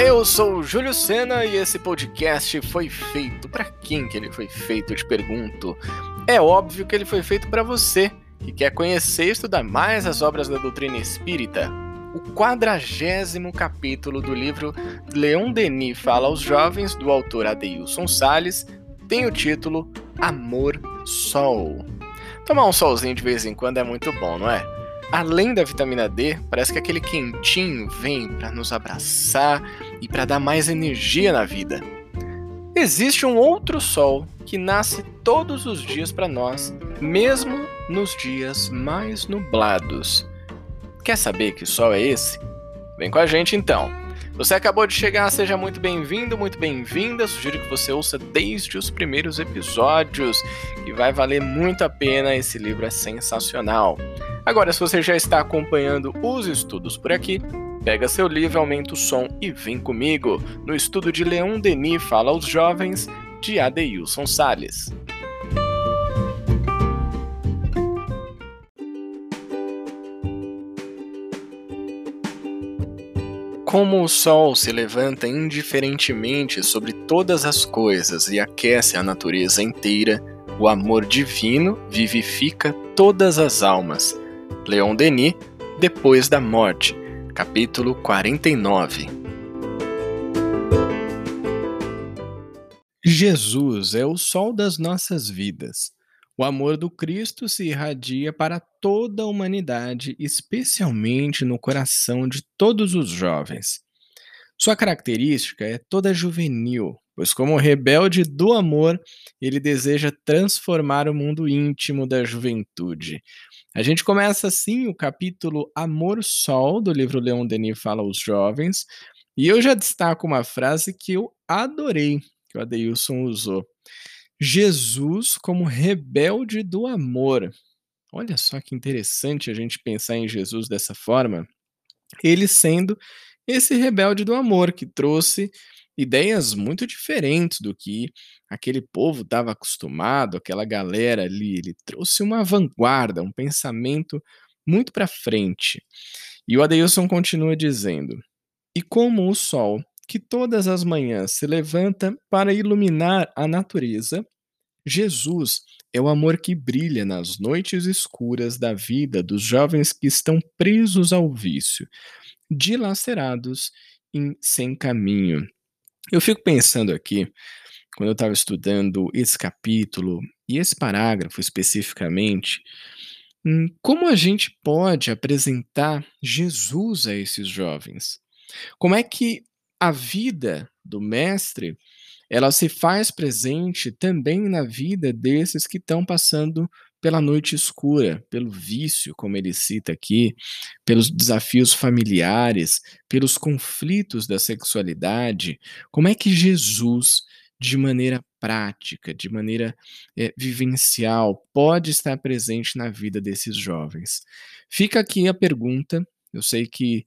Eu sou o Júlio Sena e esse podcast foi feito para quem que ele foi feito, eu te pergunto. É óbvio que ele foi feito para você, que quer conhecer e estudar mais as obras da doutrina espírita. O 40º capítulo do livro Leon Denis Fala aos Jovens, do autor Adeilson Sales, tem o título Amor Sol. Tomar um solzinho de vez em quando é muito bom, não é? Além da vitamina D, parece que aquele quentinho vem para nos abraçar e para dar mais energia na vida. Existe um outro sol que nasce todos os dias para nós, mesmo nos dias mais nublados. Quer saber que sol é esse? Vem com a gente então. Você acabou de chegar, seja muito bem-vindo, muito bem-vinda. Sugiro que você ouça desde os primeiros episódios, que vai valer muito a pena, esse livro é sensacional. Agora, se você já está acompanhando os estudos por aqui, pega seu livro, aumenta o som e vem comigo no estudo de Leon Denis Fala aos Jovens, de Adeilson Sales. Como o sol se levanta indiferentemente sobre todas as coisas e aquece a natureza inteira, o amor divino vivifica todas as almas. Leon Denis, Depois da Morte, capítulo 49. Jesus é o sol das nossas vidas. O amor do Cristo se irradia para toda a humanidade, especialmente no coração de todos os jovens. Sua característica é toda juvenil, pois, como rebelde do amor, ele deseja transformar o mundo íntimo da juventude. A gente começa assim o capítulo Amor Sol, do livro Leon Denis Fala aos Jovens, e eu já destaco uma frase que eu adorei, que o Adeilson usou. Jesus como rebelde do amor. Olha só que interessante a gente pensar em Jesus dessa forma. Ele sendo esse rebelde do amor que trouxe ideias muito diferentes do que aquele povo estava acostumado, aquela galera ali. Ele trouxe uma vanguarda, um pensamento muito para frente. E o Adeilson continua dizendo: E como o sol, que todas as manhãs se levanta para iluminar a natureza, Jesus é o amor que brilha nas noites escuras da vida dos jovens que estão presos ao vício, dilacerados sem caminho. Eu fico pensando aqui, quando eu estava estudando esse capítulo e esse parágrafo especificamente, como a gente pode apresentar Jesus a esses jovens? Como é que a vida do mestre ela se faz presente também na vida desses que estão passando pela noite escura, pelo vício, como ele cita aqui, pelos desafios familiares, pelos conflitos da sexualidade. Como é que Jesus, de maneira prática, de maneira vivencial, pode estar presente na vida desses jovens? Fica aqui a pergunta. Eu sei que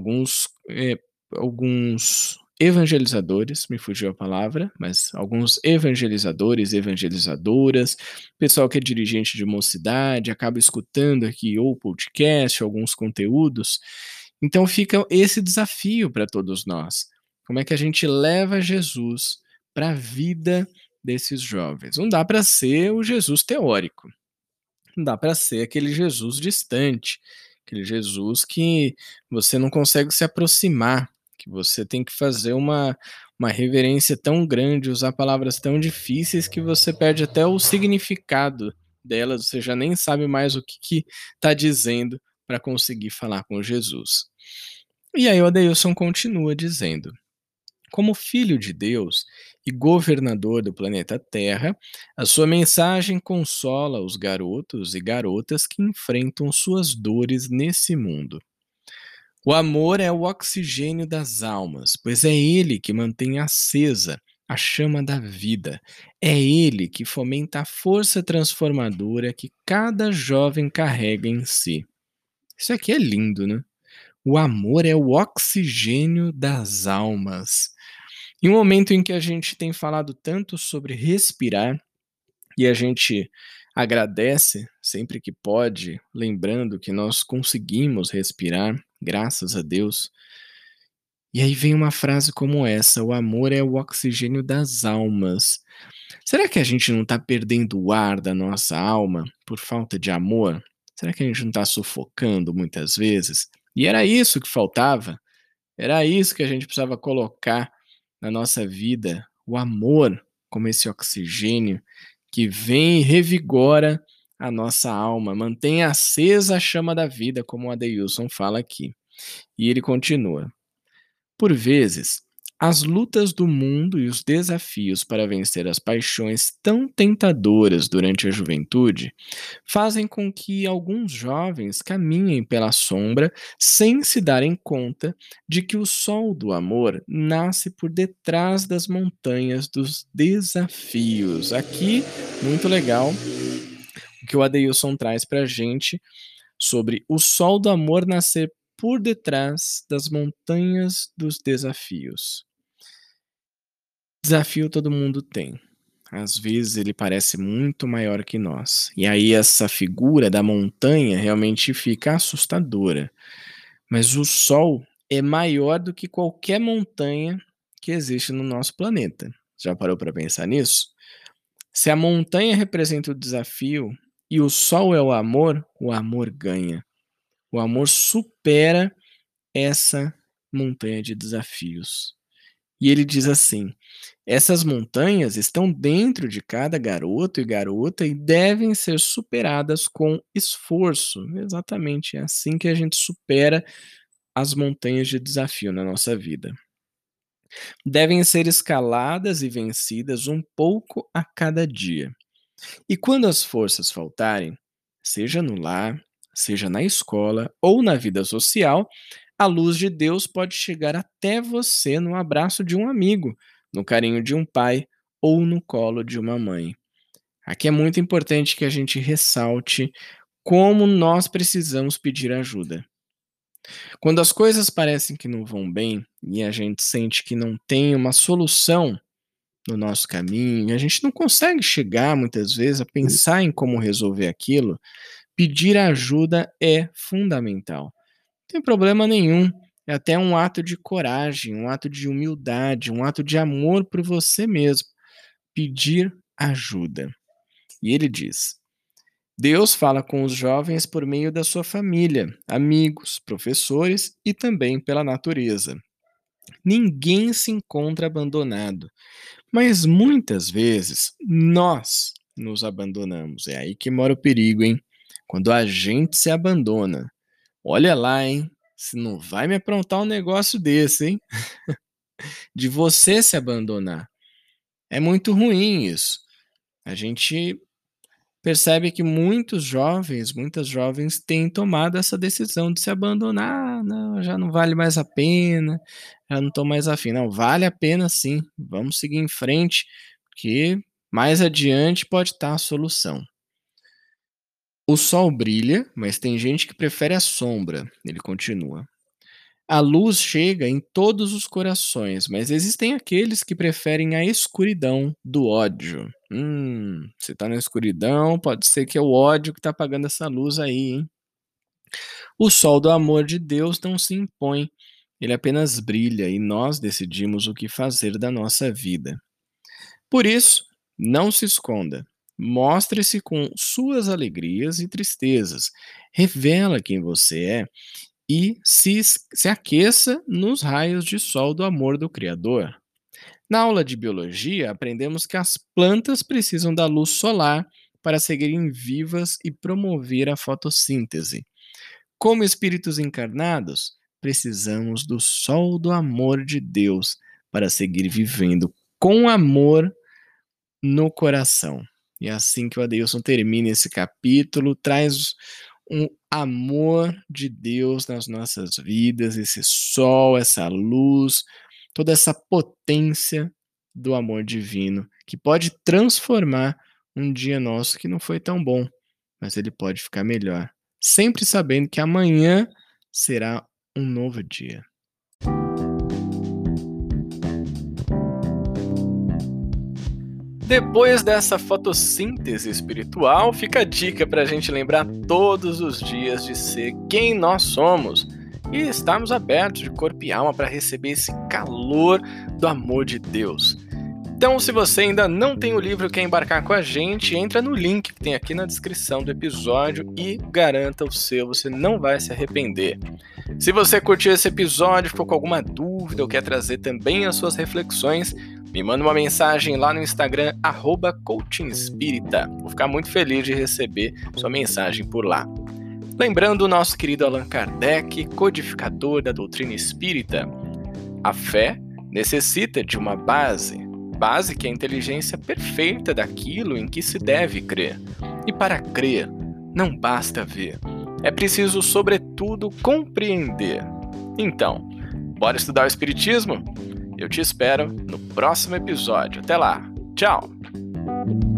alguns evangelizadores, me fugiu a palavra, mas alguns evangelizadores, evangelizadoras, pessoal que é dirigente de mocidade, acaba escutando aqui ou podcast, alguns conteúdos. Então fica esse desafio para todos nós. Como é que a gente leva Jesus para a vida desses jovens? Não dá para ser o Jesus teórico. Não dá para ser aquele Jesus distante, aquele Jesus que você não consegue se aproximar, que você tem que fazer uma reverência tão grande, usar palavras tão difíceis que você perde até o significado delas, você já nem sabe mais o que está dizendo para conseguir falar com Jesus. E aí o Adeilson continua dizendo: como filho de Deus e governador do planeta Terra, a sua mensagem consola os garotos e garotas que enfrentam suas dores nesse mundo. O amor é o oxigênio das almas, pois é ele que mantém acesa a chama da vida. É ele que fomenta a força transformadora que cada jovem carrega em si. Isso aqui é lindo, né? O amor é o oxigênio das almas. Em um momento em que a gente tem falado tanto sobre respirar, e a gente agradece sempre que pode, lembrando que nós conseguimos respirar, graças a Deus. E aí vem uma frase como essa: o amor é o oxigênio das almas. Será que a gente não está perdendo o ar da nossa alma por falta de amor? Será que a gente não está sufocando muitas vezes? E era isso que faltava, era isso que a gente precisava colocar na nossa vida, o amor como esse oxigênio que vem e revigora a nossa alma, mantém acesa a chama da vida, como o Adeilson fala aqui. E ele continua: por vezes, as lutas do mundo e os desafios para vencer as paixões tão tentadoras durante a juventude fazem com que alguns jovens caminhem pela sombra sem se darem conta de que o sol do amor nasce por detrás das montanhas dos desafios. Aqui, muito legal o que o Adeilson traz para a gente sobre o sol do amor nascer por detrás das montanhas dos desafios. Desafio todo mundo tem. Às vezes ele parece muito maior que nós. E aí essa figura da montanha realmente fica assustadora. Mas o Sol é maior do que qualquer montanha que existe no nosso planeta. Já parou para pensar nisso? Se a montanha representa o desafio e o Sol é o amor ganha. O amor supera essa montanha de desafios. E ele diz assim: essas montanhas estão dentro de cada garoto e garota e devem ser superadas com esforço. Exatamente, é assim que a gente supera as montanhas de desafio na nossa vida. Devem ser escaladas e vencidas um pouco a cada dia. E quando as forças faltarem, seja no lar, seja na escola ou na vida social, a luz de Deus pode chegar até você no abraço de um amigo, no carinho de um pai ou no colo de uma mãe. Aqui é muito importante que a gente ressalte como nós precisamos pedir ajuda. Quando as coisas parecem que não vão bem e a gente sente que não tem uma solução no nosso caminho, a gente não consegue chegar muitas vezes a pensar em como resolver aquilo, pedir ajuda é fundamental. Não tem problema nenhum. É até um ato de coragem, um ato de humildade, um ato de amor por você mesmo. Pedir ajuda. E ele diz: Deus fala com os jovens por meio da sua família, amigos, professores e também pela natureza. Ninguém se encontra abandonado, mas muitas vezes nós nos abandonamos. É aí que mora o perigo, hein? Quando a gente se abandona. Olha lá, hein? Se não vai me aprontar um negócio desse, hein? De você se abandonar. É muito ruim isso. A gente percebe que muitas jovens têm tomado essa decisão de se abandonar. Ah, não, já não vale mais a pena, já não estou mais afim. Não, vale a pena sim. Vamos seguir em frente, porque mais adiante pode estar a solução. O sol brilha, mas tem gente que prefere a sombra. Ele continua. A luz chega em todos os corações, mas existem aqueles que preferem a escuridão do ódio. Você tá na escuridão, pode ser que é o ódio que tá apagando essa luz aí, hein? O sol do amor de Deus não se impõe, ele apenas brilha e nós decidimos o que fazer da nossa vida. Por isso, não se esconda. Mostre-se com suas alegrias e tristezas. Revela quem você é e se aqueça nos raios de sol do amor do Criador. Na aula de biologia, aprendemos que as plantas precisam da luz solar para seguirem vivas e promover a fotossíntese. Como espíritos encarnados, precisamos do sol do amor de Deus para seguir vivendo com amor no coração. E é assim que o Adeilson termina esse capítulo, traz um amor de Deus nas nossas vidas, esse sol, essa luz, toda essa potência do amor divino que pode transformar um dia nosso que não foi tão bom, mas ele pode ficar melhor, sempre sabendo que amanhã será um novo dia. Depois dessa fotossíntese espiritual, fica a dica para a gente lembrar todos os dias de ser quem nós somos e estarmos abertos de corpo e alma para receber esse calor do amor de Deus. Então, se você ainda não tem o livro e quer embarcar com a gente, entra no link que tem aqui na descrição do episódio e garanta o seu, você não vai se arrepender. Se você curtiu esse episódio, ficou com alguma dúvida ou quer trazer também as suas reflexões, me manda uma mensagem lá no Instagram, @coachingespírita. Vou ficar muito feliz de receber sua mensagem por lá. Lembrando o nosso querido Allan Kardec, codificador da doutrina espírita, a fé necessita de uma base que é a inteligência perfeita daquilo em que se deve crer. E para crer, não basta ver, é preciso, sobretudo, compreender. Então, bora estudar o Espiritismo? Eu te espero no próximo episódio. Até lá, tchau!